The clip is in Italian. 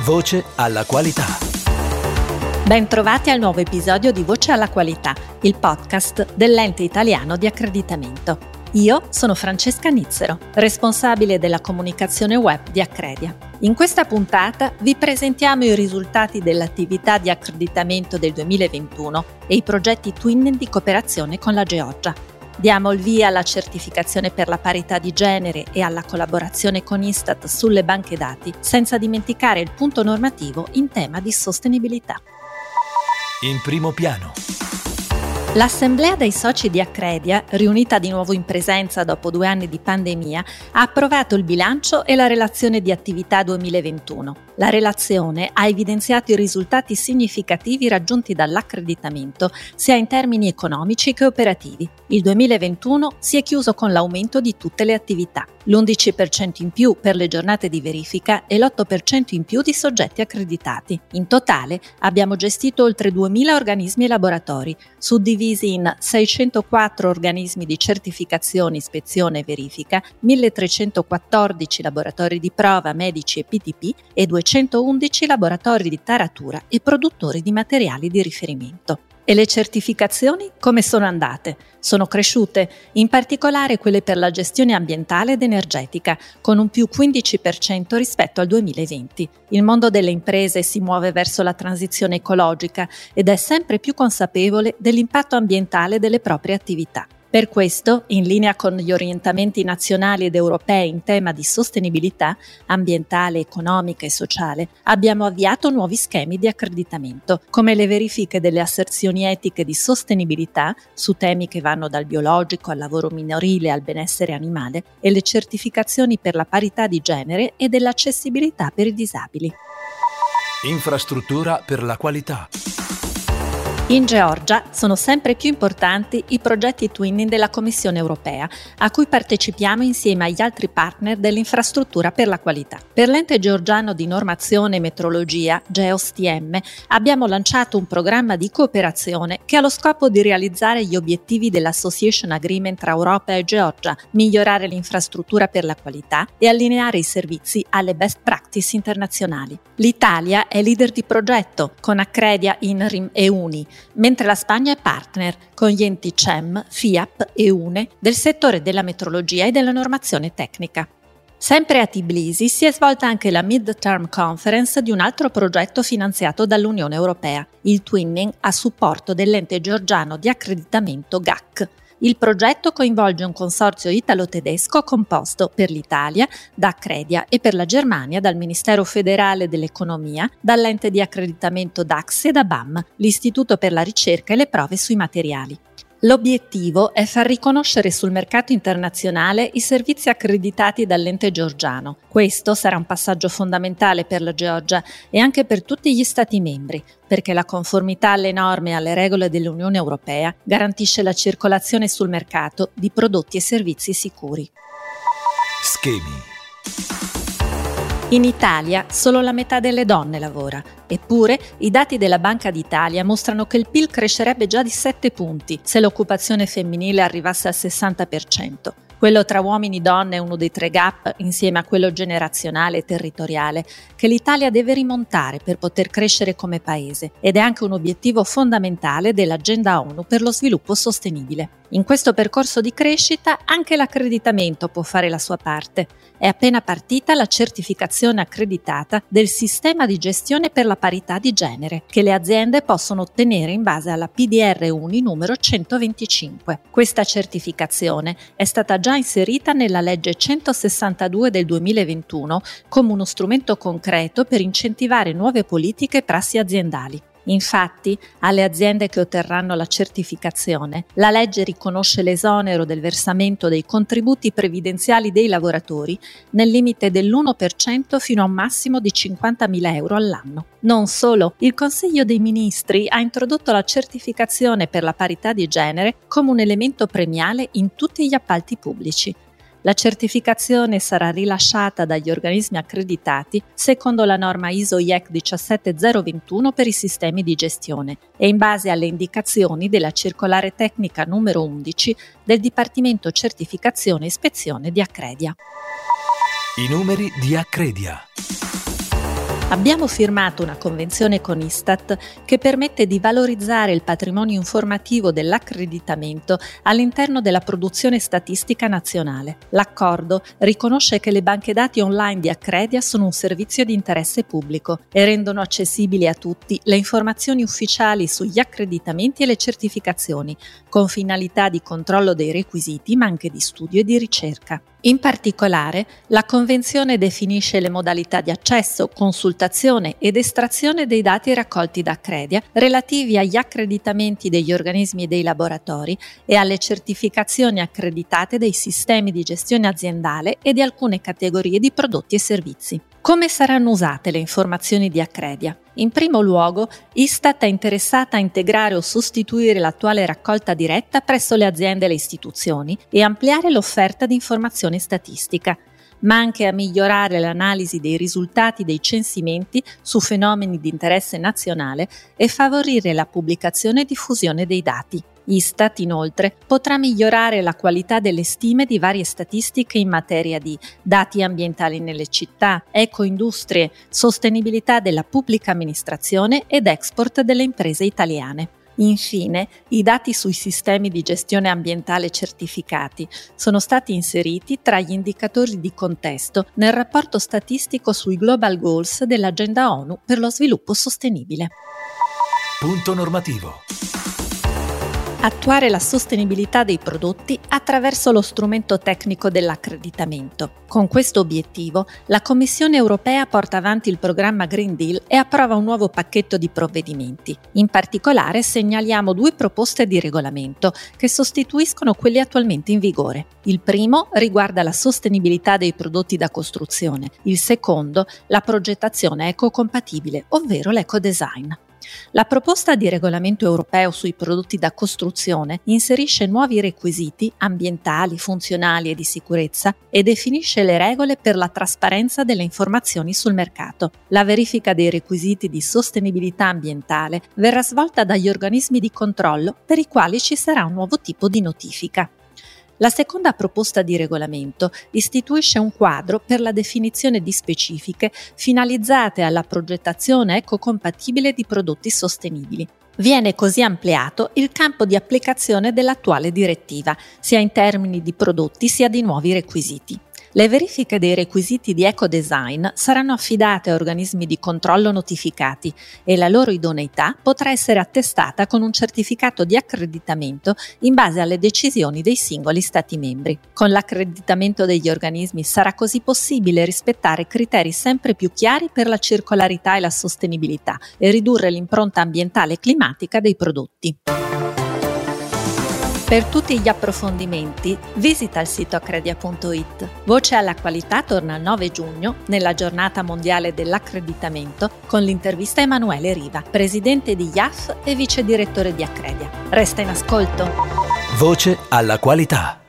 Voce alla qualità. Ben trovati al nuovo episodio di Voce alla qualità, il podcast dell'ente italiano di accreditamento. Io sono Francesca Nizzero, responsabile della comunicazione web di Accredia. In questa puntata vi presentiamo i risultati dell'attività di accreditamento del 2021 e i progetti twinning di cooperazione con la Georgia. Diamo il via alla certificazione per la parità di genere e alla collaborazione con Istat sulle banche dati, senza dimenticare il punto normativo in tema di sostenibilità. In primo piano. L'Assemblea dei soci di Accredia, riunita di nuovo in presenza dopo 2 anni di pandemia, ha approvato il bilancio e la relazione di attività 2021. La relazione ha evidenziato i risultati significativi raggiunti dall'accreditamento, sia in termini economici che operativi. Il 2021 si è chiuso con l'aumento di tutte le attività, l'11% in più per le giornate di verifica e l'8% in più di soggetti accreditati. In totale abbiamo gestito oltre 2.000 organismi e laboratori, suddivisi in 604 organismi di certificazione, ispezione e verifica, 1.314 laboratori di prova, medici e PTP e 211 laboratori di taratura e produttori di materiali di riferimento. E le certificazioni come sono andate? Sono cresciute, in particolare quelle per la gestione ambientale ed energetica, con un più 15% rispetto al 2020. Il mondo delle imprese si muove verso la transizione ecologica ed è sempre più consapevole dell'impatto ambientale delle proprie attività. Per questo, in linea con gli orientamenti nazionali ed europei in tema di sostenibilità ambientale, economica e sociale, abbiamo avviato nuovi schemi di accreditamento, come le verifiche delle asserzioni etiche di sostenibilità su temi che vanno dal biologico al lavoro minorile al benessere animale e le certificazioni per la parità di genere e dell'accessibilità per i disabili. Infrastruttura per la qualità. In Georgia sono sempre più importanti i progetti twinning della Commissione europea, a cui partecipiamo insieme agli altri partner dell'infrastruttura per la qualità. Per l'ente georgiano di normazione e metrologia, GeoSTM, abbiamo lanciato un programma di cooperazione che ha lo scopo di realizzare gli obiettivi dell'Association Agreement tra Europa e Georgia, migliorare l'infrastruttura per la qualità e allineare i servizi alle best practice internazionali. L'Italia è leader di progetto, con Accredia, INRIM e UNI, mentre la Spagna è partner con gli enti CEM, FIAP e UNE del settore della metrologia e della normazione tecnica. Sempre a Tbilisi si è svolta anche la Mid-Term Conference di un altro progetto finanziato dall'Unione Europea, il Twinning a supporto dell'ente georgiano di accreditamento GAC. Il progetto coinvolge un consorzio italo-tedesco composto per l'Italia da Accredia e per la Germania dal Ministero federale dell'Economia, dall'ente di accreditamento DAX e da BAM, l'Istituto per la ricerca e le prove sui materiali. L'obiettivo è far riconoscere sul mercato internazionale i servizi accreditati dall'ente georgiano. Questo sarà un passaggio fondamentale per la Georgia e anche per tutti gli Stati membri, perché la conformità alle norme e alle regole dell'Unione Europea garantisce la circolazione sul mercato di prodotti e servizi sicuri. Schemi. In Italia solo la metà delle donne lavora, eppure i dati della Banca d'Italia mostrano che il PIL crescerebbe già di 7 punti se l'occupazione femminile arrivasse al 60%. Quello tra uomini e donne è uno dei 3 gap, insieme a quello generazionale e territoriale, che l'Italia deve rimontare per poter crescere come paese ed è anche un obiettivo fondamentale dell'Agenda ONU per lo sviluppo sostenibile. In questo percorso di crescita anche l'accreditamento può fare la sua parte. È appena partita la certificazione accreditata del sistema di gestione per la parità di genere, che le aziende possono ottenere in base alla PDR UNI numero 125. Questa certificazione è stata già inserita nella legge 162 del 2021 come uno strumento concreto per incentivare nuove politiche e prassi aziendali. Infatti, alle aziende che otterranno la certificazione, la legge riconosce l'esonero del versamento dei contributi previdenziali dei lavoratori nel limite dell'1% fino a un massimo di 50.000 euro all'anno. Non solo, il Consiglio dei Ministri ha introdotto la certificazione per la parità di genere come un elemento premiale in tutti gli appalti pubblici. La certificazione sarà rilasciata dagli organismi accreditati secondo la norma ISO/IEC 17021 per i sistemi di gestione e in base alle indicazioni della circolare tecnica numero 11 del Dipartimento Certificazione e Ispezione di Accredia. I numeri di Accredia. Abbiamo firmato una convenzione con Istat che permette di valorizzare il patrimonio informativo dell'accreditamento all'interno della produzione statistica nazionale. L'accordo riconosce che le banche dati online di Accredia sono un servizio di interesse pubblico e rendono accessibili a tutti le informazioni ufficiali sugli accreditamenti e le certificazioni, con finalità di controllo dei requisiti ma anche di studio e di ricerca. In particolare, la Convenzione definisce le modalità di accesso, consultazione ed estrazione dei dati raccolti da Accredia relativi agli accreditamenti degli organismi e dei laboratori e alle certificazioni accreditate dei sistemi di gestione aziendale e di alcune categorie di prodotti e servizi. Come saranno usate le informazioni di Accredia? In primo luogo, Istat è interessata a integrare o sostituire l'attuale raccolta diretta presso le aziende e le istituzioni e ampliare l'offerta di informazione statistica, ma anche a migliorare l'analisi dei risultati dei censimenti su fenomeni di interesse nazionale e favorire la pubblicazione e diffusione dei dati. Istat, inoltre, potrà migliorare la qualità delle stime di varie statistiche in materia di dati ambientali nelle città, ecoindustrie, sostenibilità della pubblica amministrazione ed export delle imprese italiane. Infine, i dati sui sistemi di gestione ambientale certificati sono stati inseriti tra gli indicatori di contesto nel rapporto statistico sui Global Goals dell'Agenda ONU per lo sviluppo sostenibile. Punto normativo. Attuare la sostenibilità dei prodotti attraverso lo strumento tecnico dell'accreditamento. Con questo obiettivo, la Commissione europea porta avanti il programma Green Deal e approva un nuovo pacchetto di provvedimenti. In particolare segnaliamo 2 proposte di regolamento che sostituiscono quelle attualmente in vigore. Il primo riguarda la sostenibilità dei prodotti da costruzione, il secondo la progettazione ecocompatibile, ovvero l'ecodesign. La proposta di regolamento europeo sui prodotti da costruzione inserisce nuovi requisiti ambientali, funzionali e di sicurezza e definisce le regole per la trasparenza delle informazioni sul mercato. La verifica dei requisiti di sostenibilità ambientale verrà svolta dagli organismi di controllo per i quali ci sarà un nuovo tipo di notifica. La seconda proposta di regolamento istituisce un quadro per la definizione di specifiche finalizzate alla progettazione ecocompatibile di prodotti sostenibili. Viene così ampliato il campo di applicazione dell'attuale direttiva, sia in termini di prodotti sia di nuovi requisiti. Le verifiche dei requisiti di ecodesign saranno affidate a organismi di controllo notificati e la loro idoneità potrà essere attestata con un certificato di accreditamento in base alle decisioni dei singoli Stati membri. Con l'accreditamento degli organismi sarà così possibile rispettare criteri sempre più chiari per la circolarità e la sostenibilità e ridurre l'impronta ambientale e climatica dei prodotti. Per tutti gli approfondimenti visita il sito accredia.it. Voce alla qualità torna il 9 giugno, nella giornata mondiale dell'accreditamento, con l'intervista a Emanuele Riva, presidente di IAF e vice direttore di Accredia. Resta in ascolto. Voce alla qualità.